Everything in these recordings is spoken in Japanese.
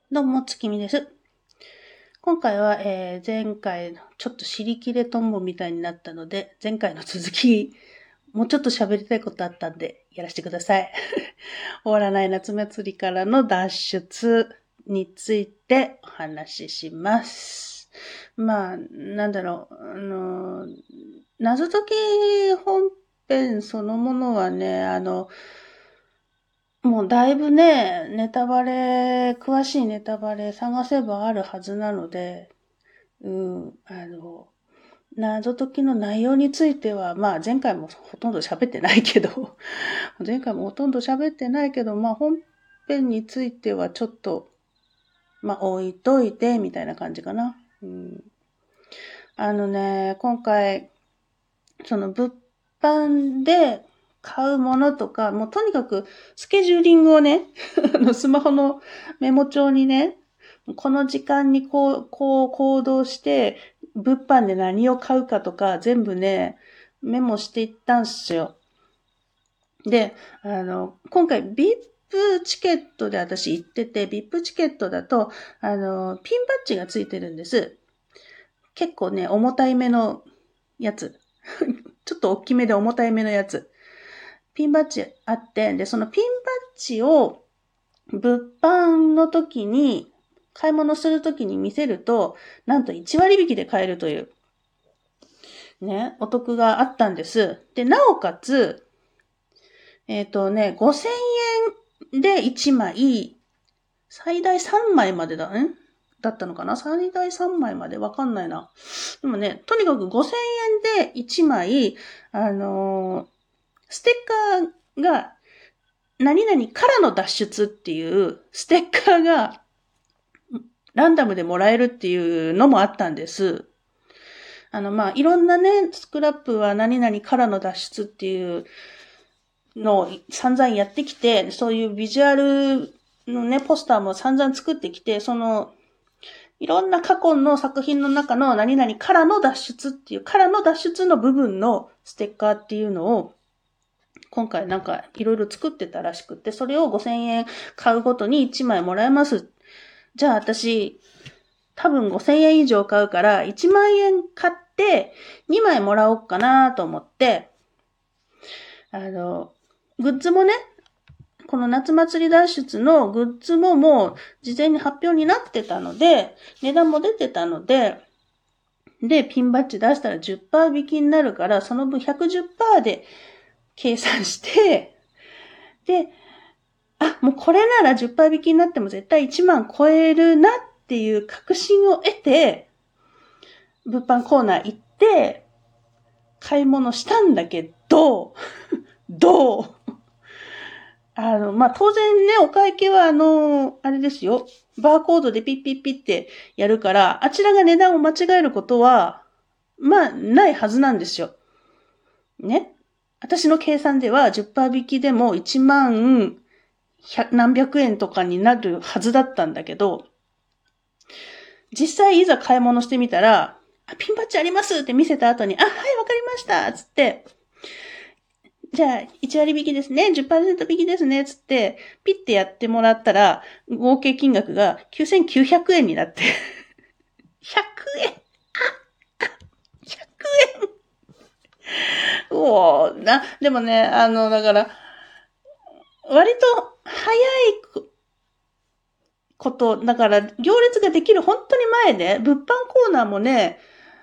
どうも、月見です。今回は、前回のちょっと尻切れトンボみたいになったので、前回の続き、もうちょっと喋りたいことあったんで、やらせてください。終わらない夏祭りからの脱出についてお話しします。まあ、なんだろう、謎解き本編そのものはね、もうだいぶね、詳しいネタバレ探せばあるはずなので、謎解きの内容については、まあ前回もほとんど喋ってないけど、まあ本編についてはちょっと、まあ置いといて、みたいな感じかな。今回、その物販で買うものとか、もうとにかくスケジューリングをね、スマホのメモ帳にね、この時間にこう行動して、物販で何を買うかとか全部ね、メモしていったんすよ。で、今回 VIP チケットで私行ってて、VIP チケットだと、ピンバッジがついてるんです。結構ね、重たいめのやつ。ちょっと大きめで重たいめのやつ。ピンバッジあって、で、そのピンバッジを物販の時に、買い物する時に見せると、なんと1割引きで買えるという、ね、お得があったんです。で、なおかつ、5000円で1枚、最大3枚までだったのかな最大3枚までわかんないな。でもね、とにかく5000円で1枚、ステッカーが、何々からの脱出っていうステッカーがランダムでもらえるっていうのもあったんです。いろんなね、スクラップは何々からの脱出っていうのを散々やってきて、そういうビジュアルのね、ポスターも散々作ってきて、いろんな過去の作品の中の何々からの脱出っていう、からの脱出の部分のステッカーっていうのを、今回なんかいろいろ作ってたらしくて、それを5000円買うごとに1枚もらえます。じゃあ私、多分5000円以上買うから1万円買って2枚もらおうかなと思って、グッズもね、この夏祭り脱出のグッズももう事前に発表になってたので、値段も出てたので、で、ピンバッジ出したら 10% 引きになるから、その分 110% で計算して、で、もうこれなら 10% 引きになっても絶対1万超えるなっていう確信を得て、物販コーナー行って、買い物したんだけど、当然ね、お会計はあれですよ。バーコードでピッピッピッってやるから、あちらが値段を間違えることは、ないはずなんですよ。ね。私の計算では10%引きでも1万何百円とかになるはずだったんだけど、実際いざ買い物してみたら、ピンバッジありますって見せた後に、はい、わかりましたつって、じゃあ、1割引きですね、10% 引きですね、つって、ピッてやってもらったら、合計金額が9900円になって、100円 !100 円でもね、だから、割と早いこと、だから、行列ができる本当に前ね、物販コーナーもね、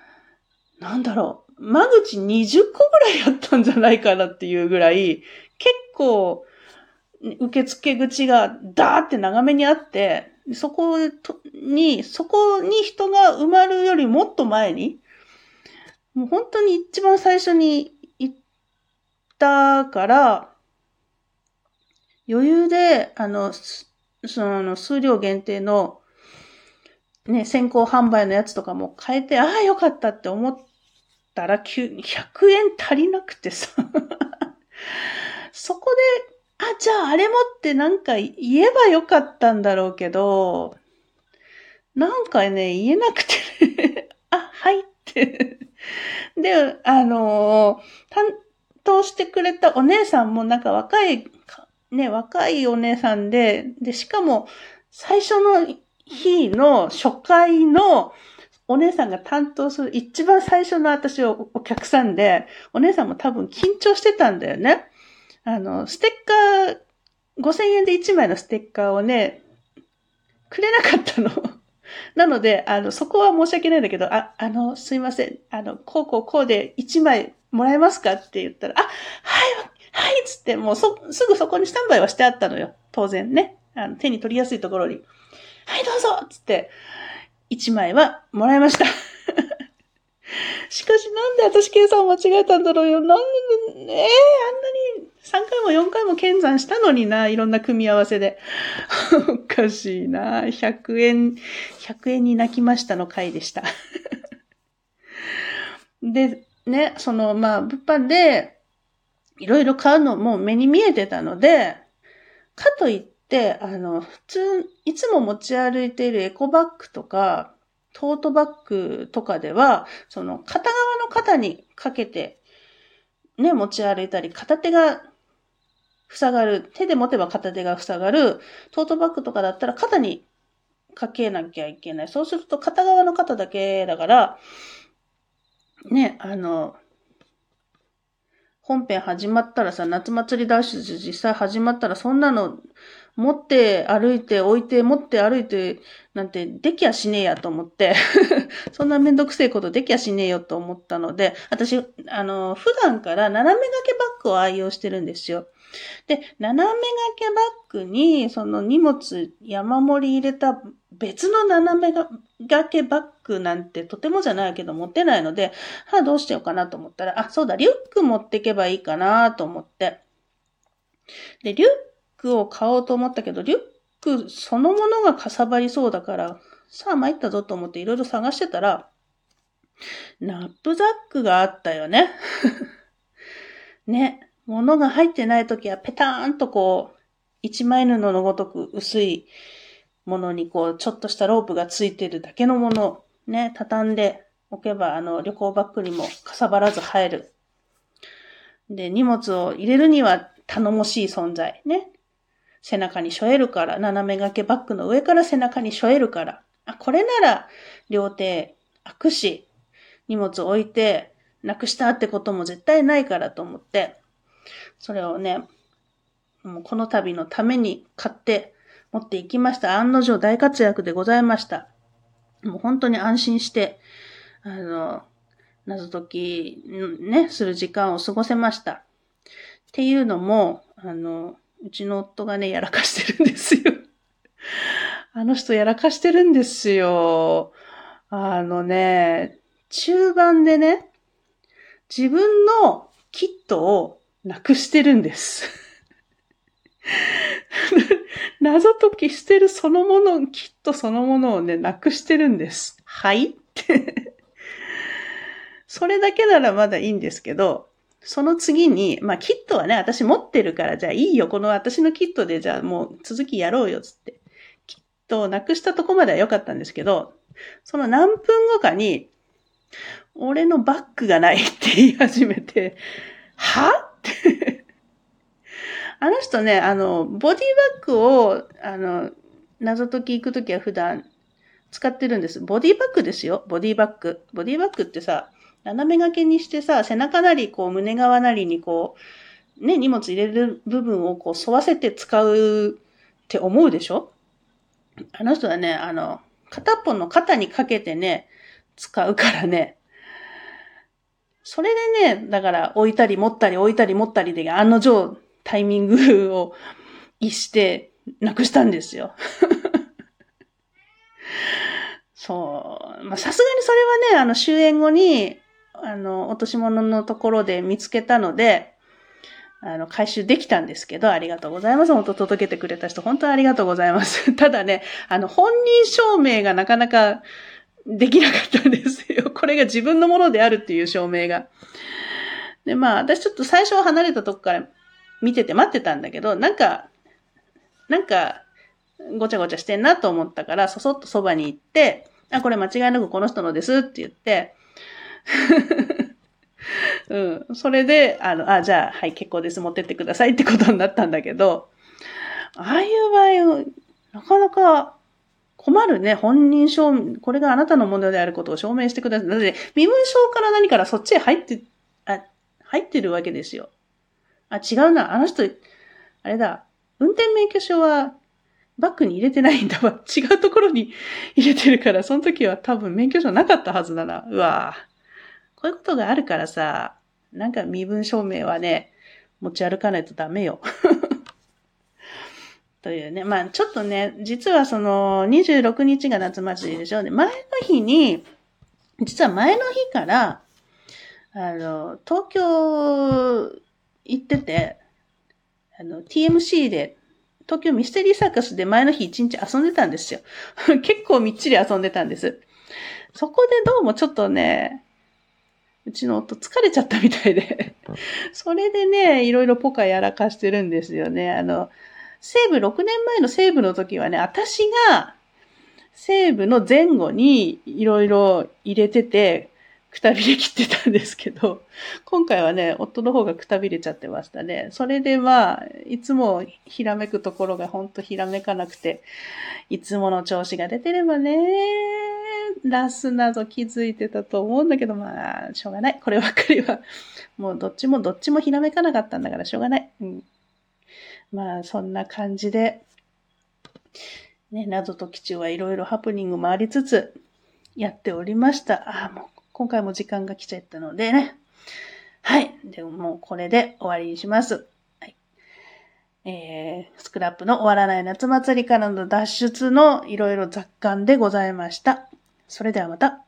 間口20個ぐらいあったんじゃないかなっていうぐらい、結構、受付口がダーって長めにあって、そこに人が埋まるよりもっと前に、もう本当に一番最初に行ったから、余裕で、数量限定の、ね、先行販売のやつとかも買えて、よかったって思ったら、100円足りなくてさ。そこで、じゃああれもってなんか言えばよかったんだろうけど、なんかね、言えなくてね、はいって。で、担当してくれたお姉さんもなんか若いお姉さんで、しかも最初の日の初回のお姉さんが担当する一番最初の私お客さんで、お姉さんも多分緊張してたんだよね。ステッカー、5000円で1枚のステッカーをね、くれなかったの。なので、そこは申し訳ないんだけど、すいません。こうで1枚もらえますかって言ったら、つって、もうすぐそこにスタンバイはしてあったのよ。当然ね。手に取りやすいところに。はい、どうぞつって、1枚はもらいました。しかしなんで私計算間違えたんだろうよ。あんなに3回も4回も計算したのにな、いろんな組み合わせで。おかしいな。100円に泣きましたの回でした。で、ね、物販でいろいろ買うのも目に見えてたので、かといって、普通、いつも持ち歩いているエコバッグとか、トートバッグとかでは、片側の肩にかけて、ね、持ち歩いたり、片手が塞がる、手で持てば片手が塞がる、トートバッグとかだったら肩にかけなきゃいけない。そうすると片側の肩だけだから、ね、本編始まったらさ、夏祭りダッシュ実際始まったらそんなの持って歩いて置いて持って歩いてなんてできやしねえやと思ってそんなめんどくせえことできやしねえよと思ったので、私、普段から斜め掛けバッグを愛用してるんですよ。で、斜め掛けバッグに、その荷物山盛り入れた別の斜め掛けバッグなんてとてもじゃないけど持ってないので、どうしようかなと思ったら、そうだ、リュック持ってけばいいかなと思って。で、リュックを買おうと思ったけど、リュックそのものがかさばりそうだから、さあ参ったぞと思っていろいろ探してたら、ナップザックがあったよね。ね。物が入ってないときはペターンとこう、一枚布のごとく薄いものにこう、ちょっとしたロープがついてるだけのもの、ね、畳んでおけば、旅行バッグにもかさばらず入る。で、荷物を入れるには頼もしい存在。ね。背中に背負えるから、斜め掛けバッグの上から背中に背負えるから。これなら、両手開くし、荷物置いて、なくしたってことも絶対ないからと思って、それをね、もうこの度のために買って持っていきました。案の定大活躍でございました。もう本当に安心して、謎解き、ね、する時間を過ごせました。っていうのも、うちの夫がね、やらかしてるんですよ。あの人やらかしてるんですよ。中盤でね、自分のキットをなくしてるんです。謎解きしてるそのもの、キットそのものをね、なくしてるんです。はいってそれだけならまだいいんですけど、その次に、キットはね、私持ってるから、じゃあいいよ、この私のキットで、じゃあもう続きやろうよ、つって。キットをなくしたとこまでは良かったんですけど、その何分後かに、俺のバッグがないって言い始めて、はってあの人ね、ボディバッグを、謎解き行くときは普段使ってるんです。ボディバッグですよ、ボディバッグ。ボディバッグってさ、斜め掛けにしてさ、背中なり、こう、胸側なりにこう、ね、荷物入れる部分をこう、沿わせて使うって思うでしょ？あの人はね、片っぽの肩にかけてね、使うからね、それでね、だから置いたり持ったり置いたり持ったりで案の定タイミングを逸してなくしたんですよ。そう。さすがにそれはね、終演後に、落とし物のところで見つけたので、回収できたんですけど、ありがとうございます。本当届けてくれた人、本当にありがとうございます。ただね、本人証明がなかなかできなかったんですよ。これが自分のものであるっていう証明が。で、私ちょっと最初は離れたとこから見てて待ってたんだけど、なんか、ごちゃごちゃしてんなと思ったから、そっとそばに行って、これ間違いなくこの人のですって言って、うん。それで、じゃあ、はい、結構です。持ってってくださいってことになったんだけど、ああいう場合、なかなか困るね。本人証明、これがあなたの問題であることを証明してください。だって、身分証から何からそっちへ入ってるわけですよ。違うな。あの人、あれだ。運転免許証はバッグに入れてないんだわ。違うところに入れてるから、その時は多分免許証なかったはずだな。うわぁ。こういうことがあるからさ、なんか身分証明はね、持ち歩かないとダメよ。というね。まあちょっとね、実はその26日が夏祭りでしょ。で、実は前の日から、東京行ってて、TMC で、東京ミステリーサーカスで前の日一日遊んでたんですよ。結構みっちり遊んでたんです。そこでどうもちょっとね、うちの夫疲れちゃったみたいで、それでね、いろいろポカやらかしてるんですよね。6年前の西武の時はね、私が西武の前後にいろいろ入れてて、くたびれ切ってたんですけど、今回はね、夫の方がくたびれちゃってましたね。それでまあ、いつもひらめくところがほんとひらめかなくて、いつもの調子が出てればね、ラスなど気づいてたと思うんだけど、まあ、しょうがない。こればっかりは。もうどっちもひらめかなかったんだからしょうがない。うん。まあ、そんな感じで、ね、謎と基地はいろいろハプニングもありつつ、やっておりました。もう、今回も時間が来ちゃったのでね。はい。でももうこれで終わりにします。はい。スクラップの終わらない夏祭りからの脱出のいろいろ雑感でございました。それではまた。